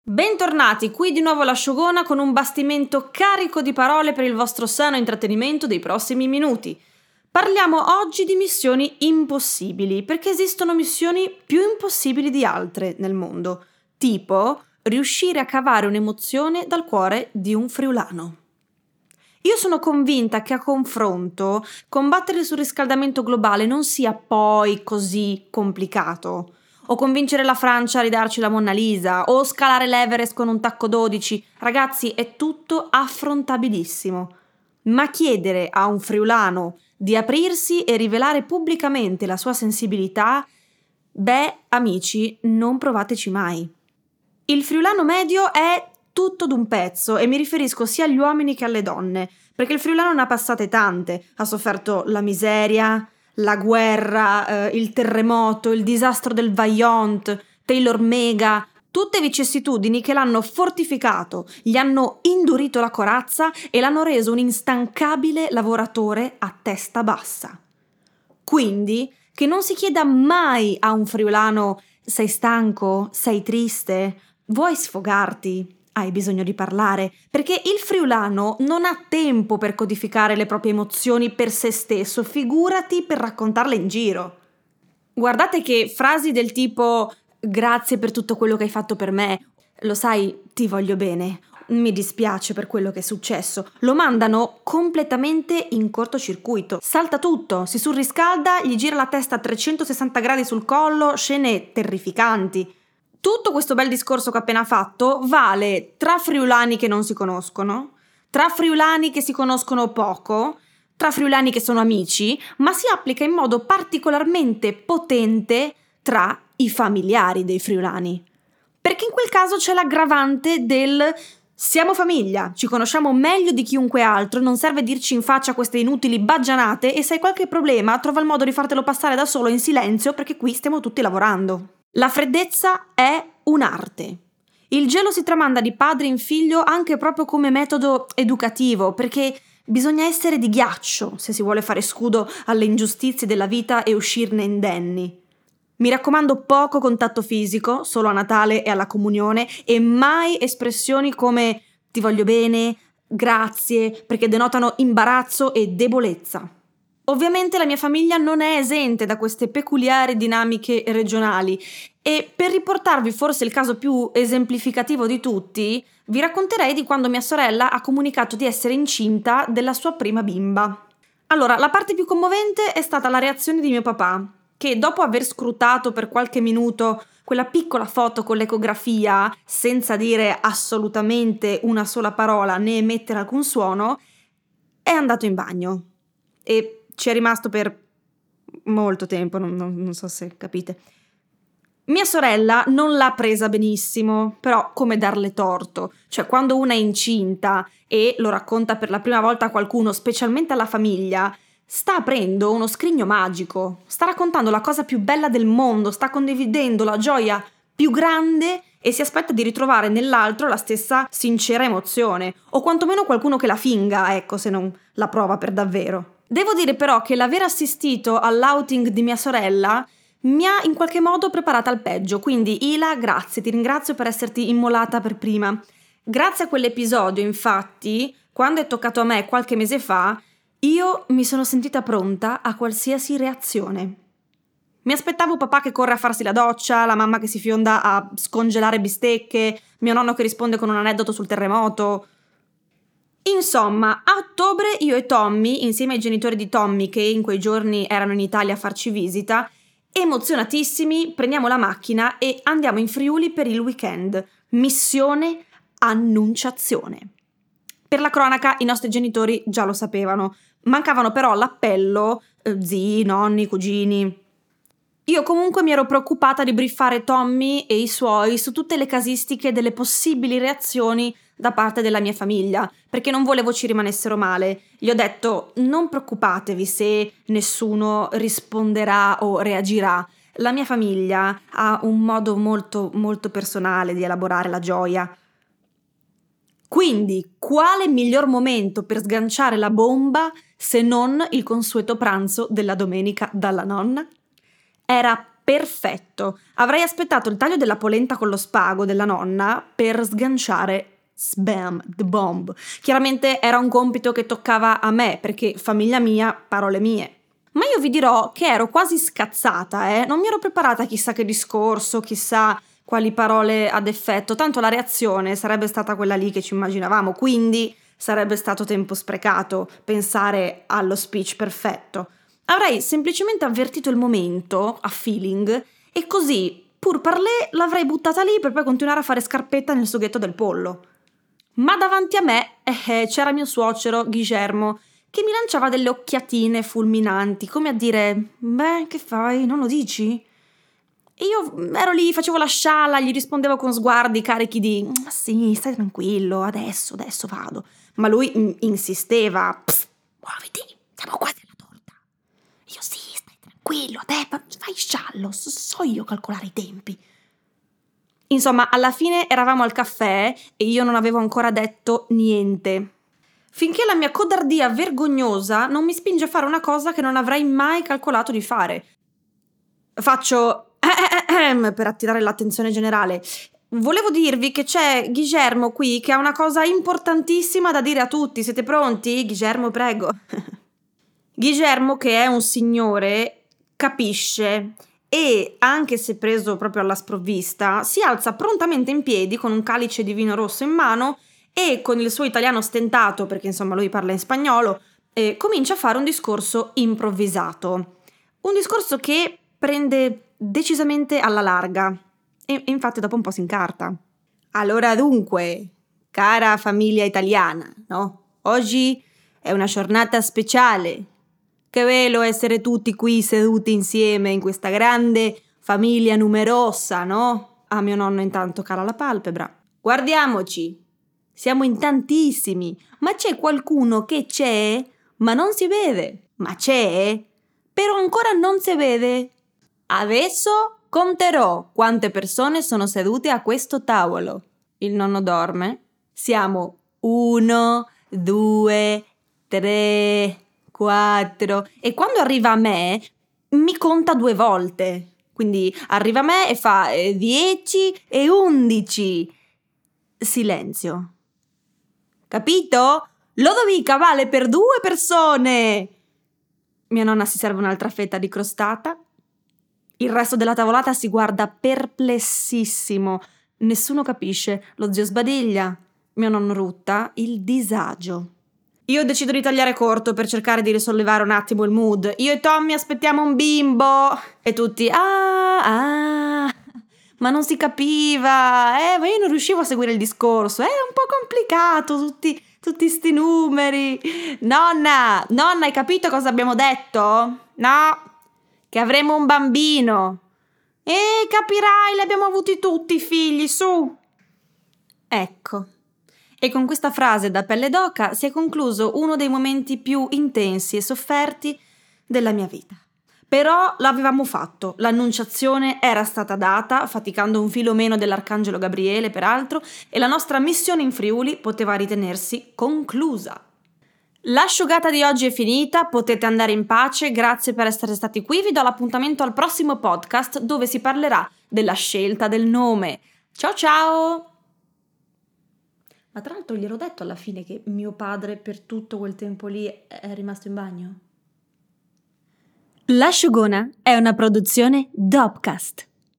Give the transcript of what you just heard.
Bentornati, qui di nuovo la Shogona con un bastimento carico di parole per il vostro sano intrattenimento dei prossimi minuti. Parliamo oggi di missioni impossibili, perché esistono missioni più impossibili di altre nel mondo, tipo riuscire a cavare un'emozione dal cuore di un friulano. Io sono convinta che a confronto combattere il surriscaldamento globale non sia poi così complicato. O convincere la Francia a ridarci la Monna Lisa, o scalare l'Everest con un tacco 12. Ragazzi, è tutto affrontabilissimo. Ma chiedere a un friulano di aprirsi e rivelare pubblicamente la sua sensibilità, amici, non provateci mai. Il friulano medio è tutto d'un pezzo e mi riferisco sia agli uomini che alle donne, perché il friulano ne ha passate tante, ha sofferto la miseria, la guerra, il terremoto, il disastro del Vajont, Taylor Mega, tutte vicissitudini che l'hanno fortificato, gli hanno indurito la corazza e l'hanno reso un instancabile lavoratore a testa bassa. Quindi, che non si chieda mai a un friulano: sei stanco? Sei triste? Vuoi sfogarti? Hai bisogno di parlare? Perché il friulano non ha tempo per codificare le proprie emozioni per se stesso, figurati per raccontarle in giro. Guardate che frasi del tipo «Grazie per tutto quello che hai fatto per me», «Lo sai, ti voglio bene», «Mi dispiace per quello che è successo», lo mandano completamente in cortocircuito. Salta tutto, si surriscalda, gli gira la testa a 360 gradi sul collo, scene terrificanti. Tutto questo bel discorso che ho appena fatto vale tra friulani che non si conoscono, tra friulani che si conoscono poco, tra friulani che sono amici, ma si applica in modo particolarmente potente tra i familiari dei friulani. Perché in quel caso c'è l'aggravante del siamo famiglia, ci conosciamo meglio di chiunque altro, non serve dirci in faccia queste inutili baggianate e se hai qualche problema trova il modo di fartelo passare da solo in silenzio perché qui stiamo tutti lavorando. La freddezza è un'arte. Il gelo si tramanda di padre in figlio anche proprio come metodo educativo, perché bisogna essere di ghiaccio se si vuole fare scudo alle ingiustizie della vita e uscirne indenni. Mi raccomando, poco contatto fisico, solo a Natale e alla comunione, e mai espressioni come ti voglio bene, grazie, perché denotano imbarazzo e debolezza. Ovviamente la mia famiglia non è esente da queste peculiari dinamiche regionali e per riportarvi forse il caso più esemplificativo di tutti, vi racconterei di quando mia sorella ha comunicato di essere incinta della sua prima bimba. Allora, la parte più commovente è stata la reazione di mio papà, che dopo aver scrutato per qualche minuto quella piccola foto con l'ecografia, senza dire assolutamente una sola parola né emettere alcun suono, è andato in bagno e ci è rimasto per molto tempo, non so se capite. Mia sorella non l'ha presa benissimo, però come darle torto? Cioè, quando una è incinta e lo racconta per la prima volta a qualcuno, specialmente alla famiglia, sta aprendo uno scrigno magico, sta raccontando la cosa più bella del mondo, sta condividendo la gioia più grande e si aspetta di ritrovare nell'altro la stessa sincera emozione, o quantomeno qualcuno che la finga, ecco, se non la prova per davvero. Devo dire però che l'aver assistito all'outing di mia sorella mi ha in qualche modo preparata al peggio, quindi Ila, grazie, ti ringrazio per esserti immolata per prima. Grazie a quell'episodio, infatti, quando è toccato a me qualche mese fa, io mi sono sentita pronta a qualsiasi reazione. Mi aspettavo papà che corre a farsi la doccia, la mamma che si fionda a scongelare bistecche, mio nonno che risponde con un aneddoto sul terremoto. Insomma, a ottobre io e Tommy, insieme ai genitori di Tommy che in quei giorni erano in Italia a farci visita, emozionatissimi, prendiamo la macchina e andiamo in Friuli per il weekend. Missione Annunciazione. Per la cronaca i nostri genitori già lo sapevano, mancavano però l'appello, zii, nonni, cugini. Io comunque mi ero preoccupata di briefare Tommy e i suoi su tutte le casistiche delle possibili reazioni da parte della mia famiglia, perché non volevo ci rimanessero male. Gli ho detto: non preoccupatevi se nessuno risponderà o reagirà. La mia famiglia ha un modo molto, molto personale di elaborare la gioia. Quindi, quale miglior momento per sganciare la bomba se non il consueto pranzo della domenica dalla nonna? Era perfetto. Avrei aspettato il taglio della polenta con lo spago della nonna per sganciare Sbam, the bomb. Chiaramente era un compito che toccava a me, perché famiglia mia, parole mie. Ma io vi dirò che ero quasi scazzata, non mi ero preparata chissà che discorso, chissà quali parole ad effetto, tanto la reazione sarebbe stata quella lì che ci immaginavamo, quindi sarebbe stato tempo sprecato pensare allo speech perfetto. Avrei semplicemente avvertito il momento, a feeling, e così, pur parlé, l'avrei buttata lì per poi continuare a fare scarpetta nel sughetto del pollo. Ma davanti a me c'era mio suocero, Guillermo, che mi lanciava delle occhiatine fulminanti, come a dire: beh, che fai, non lo dici? E io ero lì, facevo la scialla, gli rispondevo con sguardi carichi di sì, stai tranquillo, adesso vado. Ma lui insisteva: psst, muoviti, siamo quasi alla torta. Io sì, stai tranquillo, fai sciallo, so io calcolare i tempi. Insomma, alla fine eravamo al caffè e io non avevo ancora detto niente. Finché la mia codardia vergognosa non mi spinge a fare una cosa che non avrei mai calcolato di fare. Faccio per attirare l'attenzione generale. Volevo dirvi che c'è Guillermo qui che ha una cosa importantissima da dire a tutti. Siete pronti? Guillermo, prego. Guillermo, che è un signore, capisce e, anche se preso proprio alla sprovvista, si alza prontamente in piedi con un calice di vino rosso in mano e con il suo italiano stentato, perché insomma lui parla in spagnolo, comincia a fare un discorso improvvisato. Un discorso che prende decisamente alla larga e infatti dopo un po' si incarta. Allora dunque, cara famiglia italiana, no? Oggi è una giornata speciale. Che bello essere tutti qui seduti insieme in questa grande famiglia numerosa, no? A mio nonno intanto cala la palpebra. Guardiamoci. Siamo in tantissimi, ma c'è qualcuno che c'è, ma non si vede. Ma c'è, però ancora non si vede. Adesso conterò quante persone sono sedute a questo tavolo. Il nonno dorme. Siamo 1, 2, 3, 4. E quando arriva a me, mi conta 2 volte. Quindi arriva a me e fa 10 e 11. Silenzio. Capito? Lodovica vale per 2 persone. Mia nonna si serve un'altra fetta di crostata. Il resto della tavolata si guarda perplessissimo. Nessuno capisce. Lo zio sbadiglia. Mio nonno rutta. Il disagio. Io decido di tagliare corto per cercare di risollevare un attimo il mood. Io e Tommy aspettiamo un bimbo. E tutti, ma non si capiva. Ma io non riuscivo a seguire il discorso. È un po' complicato, tutti sti numeri. Nonna, hai capito cosa abbiamo detto? No, che avremo un bambino. Capirai, li abbiamo avuti tutti i figli, su. Ecco. E con questa frase da pelle d'oca si è concluso uno dei momenti più intensi e sofferti della mia vita. Però l'avevamo fatto, l'annunciazione era stata data, faticando un filo meno dell'arcangelo Gabriele peraltro, e la nostra missione in Friuli poteva ritenersi conclusa. L'asciugata di oggi è finita, potete andare in pace, grazie per essere stati qui, vi do l'appuntamento al prossimo podcast dove si parlerà della scelta del nome. Ciao ciao! Ma tra l'altro gliel'ho detto alla fine che mio padre per tutto quel tempo lì è rimasto in bagno? L'asciugona è una produzione Dopcast.